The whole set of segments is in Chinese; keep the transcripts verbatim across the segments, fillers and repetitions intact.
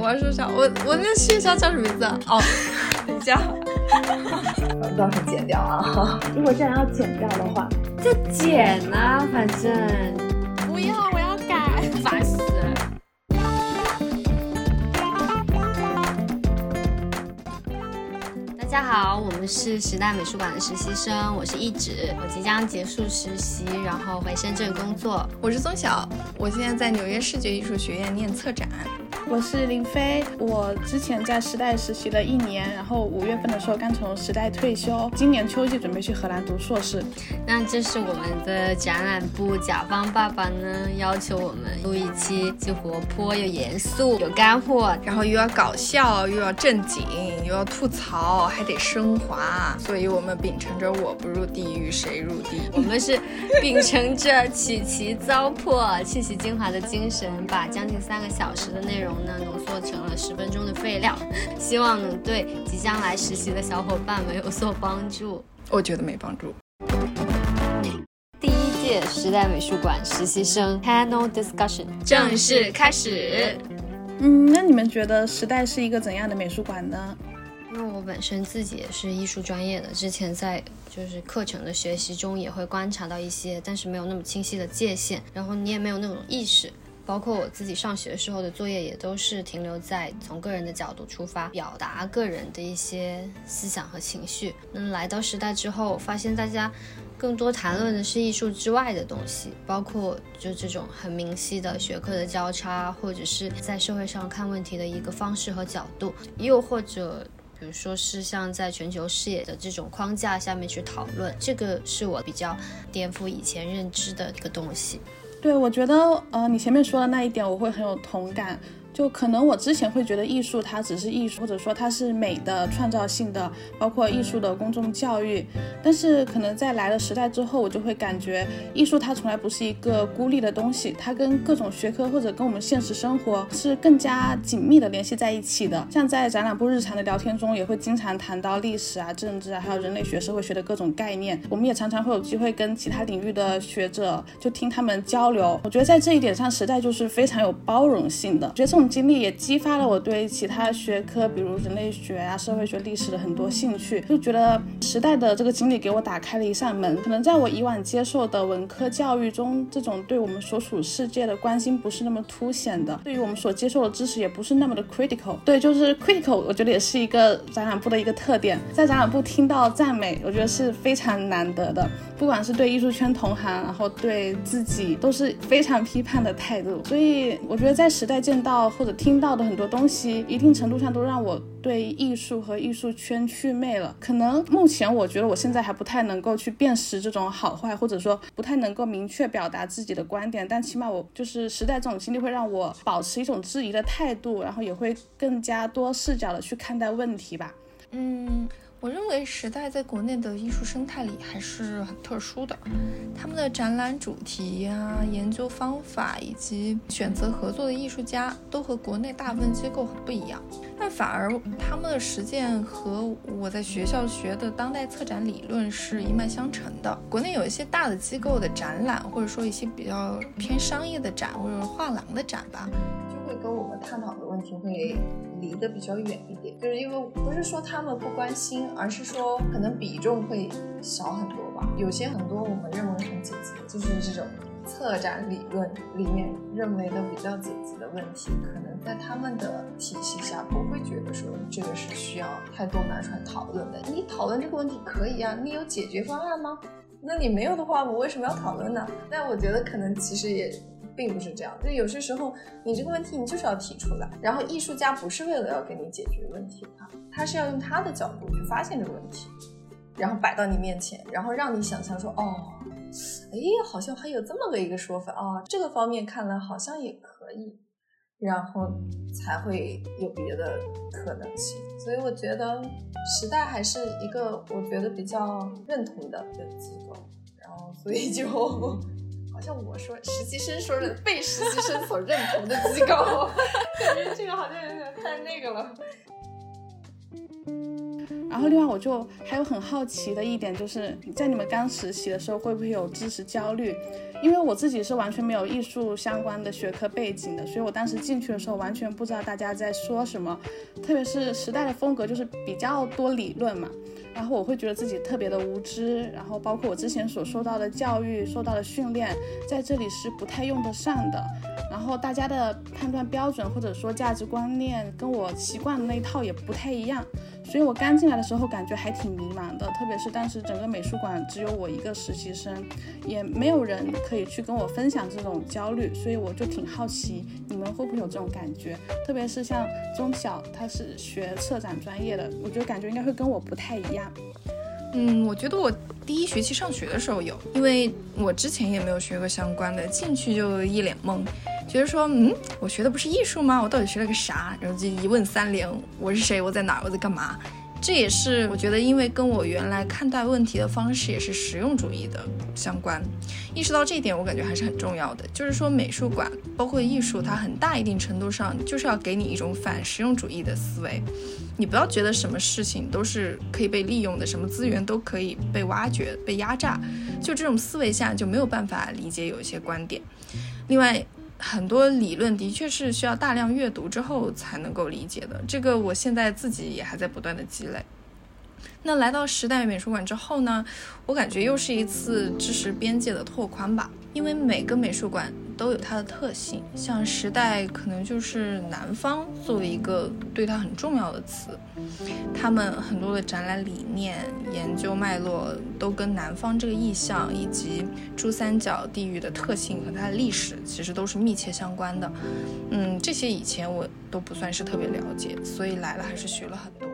我要说啥？我我那学校叫什么名字啊？哦，等一下， 到时候剪掉啊。如果这样要剪掉的话， 就剪啊，反正不要，我要改， 烦死。大家好，我们是时代美术馆的实习生，我是一芷，我即将结束实习，然后回深圳工作。 我是宗晓，我现在在纽约视觉艺术学院念策展。 我是林飞，我之前在时代实习了一年，然后五月份的时候刚从时代退休，今年秋季准备去荷兰读硕士。 那这是我们的展览部，甲方爸爸呢要求我们录一期既活泼又严肃有干货， 然后又要搞笑又要正经又要吐槽还得升华，所以我们秉承着我不入地狱谁入地狱， 我们是秉承着取其糟粕去其精华的精神，把将近三个小时的内容呢浓缩成了十分钟的废料，希望能对即将来实习的小伙伴们有所帮助。 我觉得没帮助。 第一届时代美术馆实习生 Panel Discussion 正式开始。 嗯，那你们觉得时代是一个怎样的美术馆呢？ 因为我本身自己也是艺术专业的，之前在就是课程的学习中也会观察到一些，但是没有那么清晰的界限，然后你也没有那种意识。包括我自己上学时候的作业也都是停留在从个人的角度出发，表达个人的一些思想和情绪。那来到时代之后，我发现大家更多谈论的是艺术之外的东西，包括就这种很明晰的学科的交叉，或者是在社会上看问题的一个方式和角度，又或者比如说是像在全球视野的这种框架下面去讨论，这个是我比较颠覆以前认知的一个东西。 对，我觉得呃，你前面说的那一点我会很有同感。就可能我之前会觉得艺术它只是艺术，或者说它是美的、创造性的，包括艺术的公众教育。但是可能在来了时代之后，我就会感觉艺术它从来不是一个孤立的东西，它跟各种学科或者跟我们现实生活是更加紧密的联系在一起的。像在展览部日常的聊天中，也会经常谈到历史啊、政治啊，还有人类学、社会学的各种概念。我们也常常会有机会跟其他领域的学者就听他们交流。我觉得在这一点上，时代就是非常有包容性的。我觉得这种经历也激发了我对其他学科比如人类学啊、社会学、历史的很多兴趣，就觉得时代的这个经历给我打开了一扇门。可能在我以往接受的文科教育中，这种对我们所处世界的关心不是那么凸显的，对于我们所接受的知识也不是那么的 critical。 对，就是 critical 我觉得也是一个展览部的一个特点。在展览部听到赞美，我觉得是非常难得的，不管是对艺术圈同行，然后对自己都是非常批判的态度。所以我觉得在时代见到或者听到的很多东西，一定程度上都让我对艺术和艺术圈祛魅了。可能目前我觉得我现在还不太能够去辨识这种好坏，或者说不太能够明确表达自己的观点，但起码我就是时代这种经历会让我保持一种质疑的态度，然后也会更加多视角的去看待问题吧。 嗯，我认为时代在国内的艺术生态里还是很特殊的，他们的展览主题呀、研究方法以及选择合作的艺术家都和国内大部分机构很不一样，但反而他们的实践和我在学校学的当代策展理论是一脉相承的。国内有一些大的机构的展览，或者说一些比较偏商业的展或者画廊的展吧，就会跟我们探讨的问题会离得比较远一点，就是因为不是说他们不关心，而是说可能比重会小很多吧。有些很多我们认为很紧急的，就是这种策展理论里面认为的比较紧急的问题，可能在他们的体系下不会觉得说这个是需要太多拿出来讨论的。你讨论这个问题可以啊，你有解决方案吗？那你没有的话，我为什么要讨论呢？但我觉得可能其实也并不是这样，就有些时候你这个问题你就是要提出来，然后艺术家不是为了要给你解决问题，他他是要用他的角度去发现这个问题，然后摆到你面前，然后让你想象说，哦，哎，好像还有这么个一个说法啊、哦，这个方面看来好像也可以，然后才会有别的可能性。所以我觉得时代还是一个我觉得比较认同的一个机构，然后所以就好像我说实习生说的被实习生所认同的机构，感觉这个好像有点太那个了。 然后另外我就还有很好奇的一点，就是在你们刚实习的时候会不会有知识焦虑？因为我自己是完全没有艺术相关的学科背景的，所以我当时进去的时候完全不知道大家在说什么，特别是时代的风格就是比较多理论嘛，然后我会觉得自己特别的无知，然后包括我之前所受到的教育、受到的训练，在这里是不太用得上的。然后大家的判断标准或者说价值观念跟我习惯的那一套也不太一样，所以我刚进来的时候感觉还挺迷茫的，特别是当时整个美术馆只有我一个实习生，也没有人可以去跟我分享这种焦虑，所以我就挺好奇你们会不会有这种感觉，特别是像钟晓他是学策展专业的，我觉得感觉应该会跟我不太一样。 嗯，我觉得我第一学期上学的时候有，因为我之前也没有学过相关的，进去就一脸懵，觉得说嗯，我学的不是艺术吗？我到底学了个啥？然后就一问三连，我是谁？我在哪儿？我在干嘛？这也是我觉得因为跟我原来看待问题的方式也是实用主义的相关，意识到这一点我感觉还是很重要的，就是说美术馆包括艺术它很大一定程度上就是要给你一种反实用主义的思维，你不要觉得什么事情都是可以被利用的，什么资源都可以被挖掘被压榨，就这种思维下就没有办法理解有一些观点。另外很多理论的确是需要大量阅读之后才能够理解的，这个我现在自己也还在不断的积累。那来到时代美术馆之后呢，我感觉又是一次知识边界的拓宽吧，因为每个美术馆都有它的特性，像时代可能就是南方作为一个对它很重要的词，他们很多的展览理念研究脉络都跟南方这个意象以及珠三角地域的特性和它的历史其实都是密切相关的。嗯，这些以前我都不算是特别了解，所以来了还是学了很多。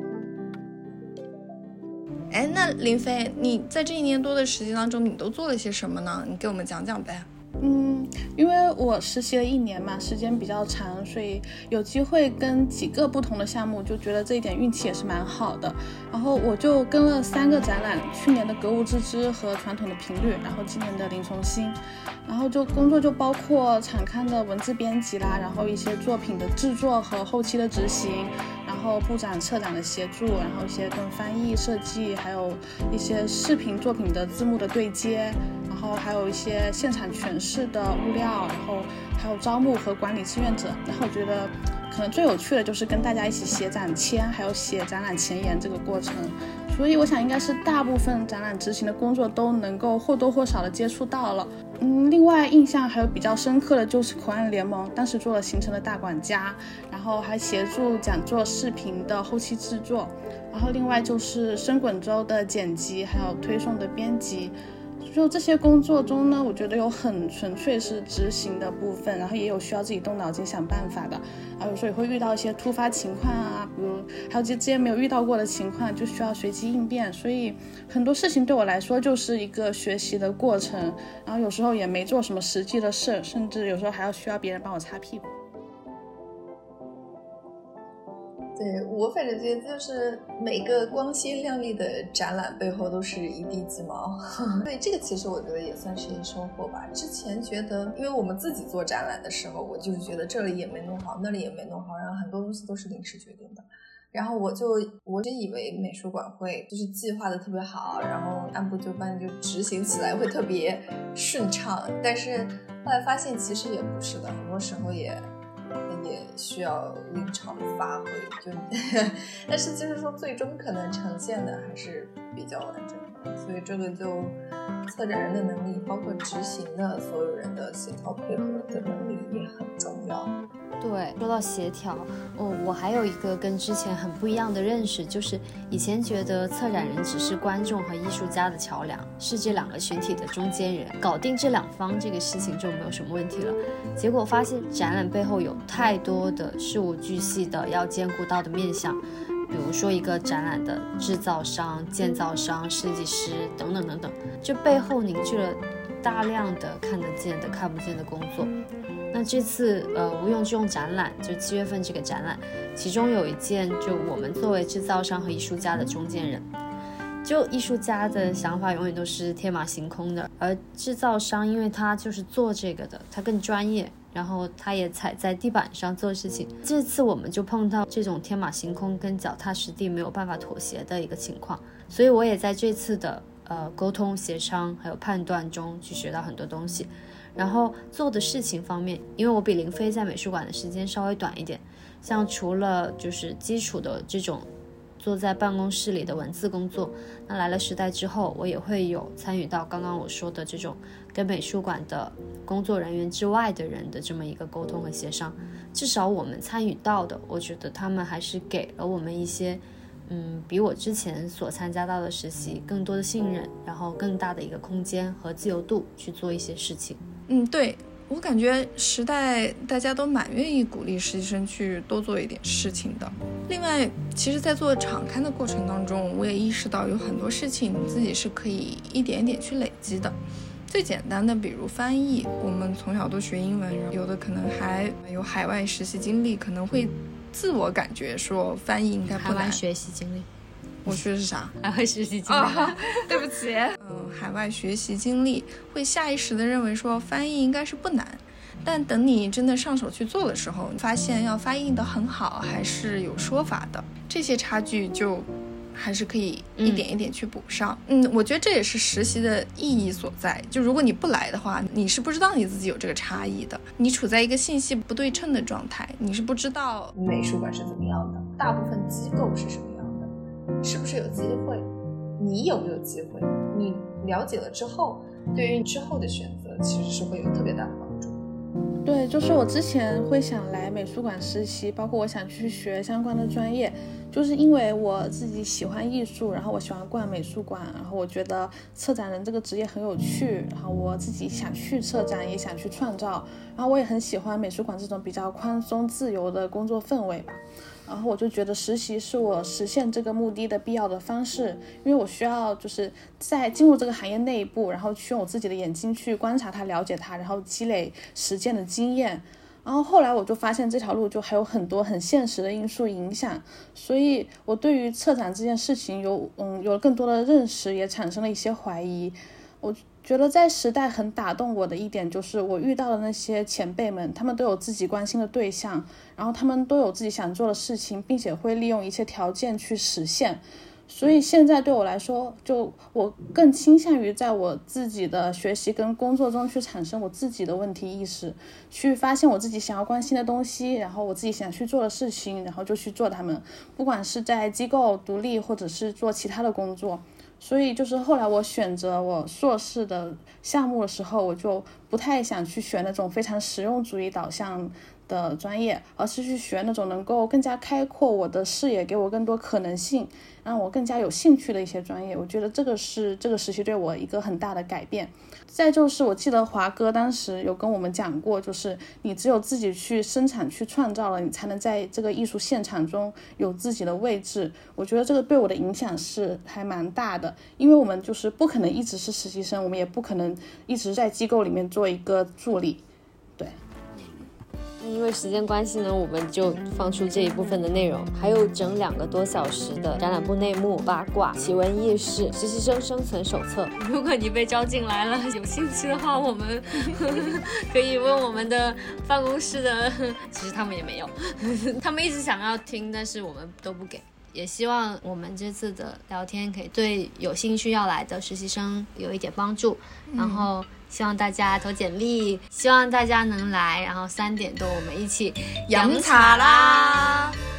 哎，那林飞，你在这一年多的实习当中你都做了些什么呢？你给我们讲讲呗。 嗯，因为我实习了一年嘛，时间比较长，所以有机会跟几个不同的项目，就觉得这一点运气也是蛮好的。然后我就跟了三个展览，去年的格物致知和传统的频率，然后今年的林从心。然后就工作就包括场刊的文字编辑啦，然后一些作品的制作和后期的执行，然后布展策展的协助，然后一些跟翻译设计，还有一些视频作品的字幕的对接，然后还有一些现场诠释的物料，然后还有招募和管理志愿者。然后我觉得可能最有趣的就是跟大家一起写展签，还有写展览前言这个过程，所以我想应该是大部分展览执行的工作都能够或多或少的接触到了。嗯，另外印象还有比较深刻的就是口岸联盟，当时做了行程的大管家，然后还协助讲座视频的后期制作，然后另外就是深滚周的剪辑还有推送的编辑。就这些工作中呢，我觉得有很纯粹是执行的部分，然后也有需要自己动脑筋想办法的，然后有时候也会遇到一些突发情况啊，比如还有之前没有遇到过的情况，就需要随机应变，所以很多事情对我来说就是一个学习的过程，然后有时候也没做什么实际的事，甚至有时候还要需要别人帮我擦屁股。 对，我反正觉得就是每个光鲜亮丽的展览背后都是一地鸡毛。对，这个其实我觉得也算是一收获吧。之前觉得因为我们自己做展览的时候，我就是觉得这里也没弄好那里也没弄好，然后很多东西都是临时决定的，然后我就我就以为美术馆会就是计划的特别好，然后按部就班就执行起来会特别顺畅，但是后来发现其实也不是的，很多时候也也需要临场发挥，就但是就是说最终可能呈现的还是比较完整的，所以这个就策展人的能力包括执行的所有人的协调配合的能力也很重要。 对，说到协调，哦，我还有一个跟之前很不一样的认识，就是以前觉得策展人只是观众和艺术家的桥梁，是这两个群体的中间人，搞定这两方这个事情就没有什么问题了。结果发现展览背后有太多的事无巨细的要兼顾到的面向，比如说一个展览的制造商、建造商、设计师等等等等，这背后凝聚了大量的看得见的看不见的工作。那这次呃无用之用展览，就七月份这个展览，其中有一件就我们作为制造商和艺术家的中间人， 就艺术家的想法永远都是天马行空的，而制造商因为他就是做这个的，他更专业，然后他也踩在地板上做事情。这次我们就碰到这种天马行空跟脚踏实地没有办法妥协的一个情况，所以我也在这次的呃沟通协商还有判断中去学到很多东西。然后做的事情方面，因为我比林飞在美术馆的时间稍微短一点，像除了就是基础的这种坐在办公室里的文字工作，那来了时代之后，我也会有参与到刚刚我说的这种跟美术馆的工作人员之外的人的这么一个沟通和协商。至少我们参与到的，我觉得他们还是给了我们一些嗯，比我之前所参加到的实习更多的信任，然后更大的一个空间和自由度去做一些事情。 嗯，对，我感觉时代大家都蛮愿意鼓励实习生去多做一点事情的。另外，其实在做场刊的过程当中，我也意识到有很多事情自己是可以一点一点去累积的。最简单的比如翻译，我们从小都学英文，有的可能还有海外实习经历，可能会自我感觉说翻译应该不难。 海外学习经历， 我说的是啥？ 海外学习经历、 哦、对不起。嗯，海外学习经历会下意识的认为说翻译应该是不难，但等你真的上手去做的时候，发现要翻译的很好还是有说法的，这些差距就还是可以一点一点去补上。 嗯, 嗯我觉得这也是实习的意义所在，就如果你不来的话，你是不知道你自己有这个差异的，你处在一个信息不对称的状态，你是不知道美术馆是怎么样的，大部分机构是什么样的，是不是有机会，你有没有机会，你了解了之后，对于之后的选择其实是会有特别大的帮助。 对，就是我之前会想来美术馆实习，包括我想去学相关的专业，就是因为我自己喜欢艺术，然后我喜欢逛美术馆，然后我觉得策展人这个职业很有趣，然后我自己想去策展，也想去创造，然后我也很喜欢美术馆这种比较宽松自由的工作氛围吧。然后我就觉得实习是我实现这个目的的必要的方式，因为我需要就是在进入这个行业内部，然后去用我自己的眼睛去观察它，了解它，然后积累实践的经验。然后后来我就发现这条路就还有很多很现实的因素影响，所以我对于策展这件事情有嗯有了更多的认识，也产生了一些怀疑。我觉得在时代很打动我的一点就是我遇到的那些前辈们，他们都有自己关心的对象，然后他们都有自己想做的事情，并且会利用一切条件去实现。所以现在对我来说，就我更倾向于在我自己的学习跟工作中去产生我自己的问题意识，去发现我自己想要关心的东西，然后我自己想去做的事情，然后就去做它们，不管是在机构独立或者是做其他的工作。所以就是后来我选择我硕士的项目的时候，我就不太想去选那种非常实用主义导向的专业，而是去学那种能够更加开阔我的视野，给我更多可能性，让我更加有兴趣的一些专业。我觉得这个是这个实习对我一个很大的改变。再就是我记得华哥当时有跟我们讲过，就是你只有自己去生产去创造了，你才能在这个艺术现场中有自己的位置。我觉得这个对我的影响是还蛮大的，因为我们就是不可能一直是实习生，我们也不可能一直在机构里面做一个助理。对， 因为时间关系呢，我们就放出这一部分的内容，还有整两个多小时的展览部内幕、八卦、奇闻异事、实习生生存手册。如果你被招进来了，有兴趣的话，我们可以问我们的办公室的，其实他们也没有，他们一直想要听，但是我们都不给。也希望我们这次的聊天可以对有兴趣要来的实习生有一点帮助，嗯、然后希望大家投简历，希望大家能来，然后三点多我们一起养茶啦。